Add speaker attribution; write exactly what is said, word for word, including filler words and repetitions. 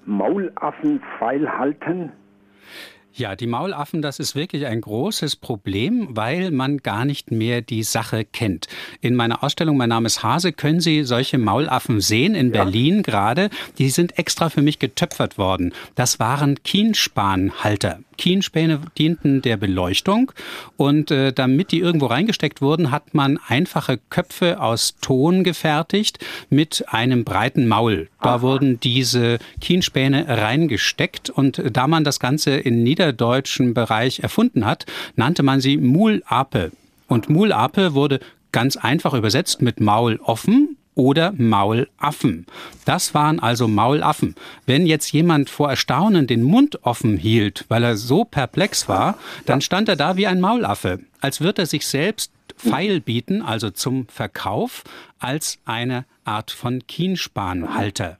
Speaker 1: Maulaffen feilhalten?
Speaker 2: Ja, die Maulaffen, das ist wirklich ein großes Problem, weil man gar nicht mehr die Sache kennt. In meiner Ausstellung Mein Name ist Hase können Sie solche Maulaffen sehen, in ja. Berlin gerade. Die sind extra für mich getöpfert worden. Das waren Kienspanhalter. Kienspäne dienten der Beleuchtung und äh, damit die irgendwo reingesteckt wurden, hat man einfache Köpfe aus Ton gefertigt mit einem breiten Maul. Da Aha. wurden diese Kienspäne reingesteckt und da man das Ganze in niederdeutschen Bereich erfunden hat, nannte man sie Muhlape. Und Muhlape wurde ganz einfach übersetzt mit Maul offen oder Maulaffen. Das waren also Maulaffen. Wenn jetzt jemand vor Erstaunen den Mund offen hielt, weil er so perplex war, dann stand er da wie ein Maulaffe, als würde er sich selbst feilbieten, also zum Verkauf, als eine Art von Kienspanhalter.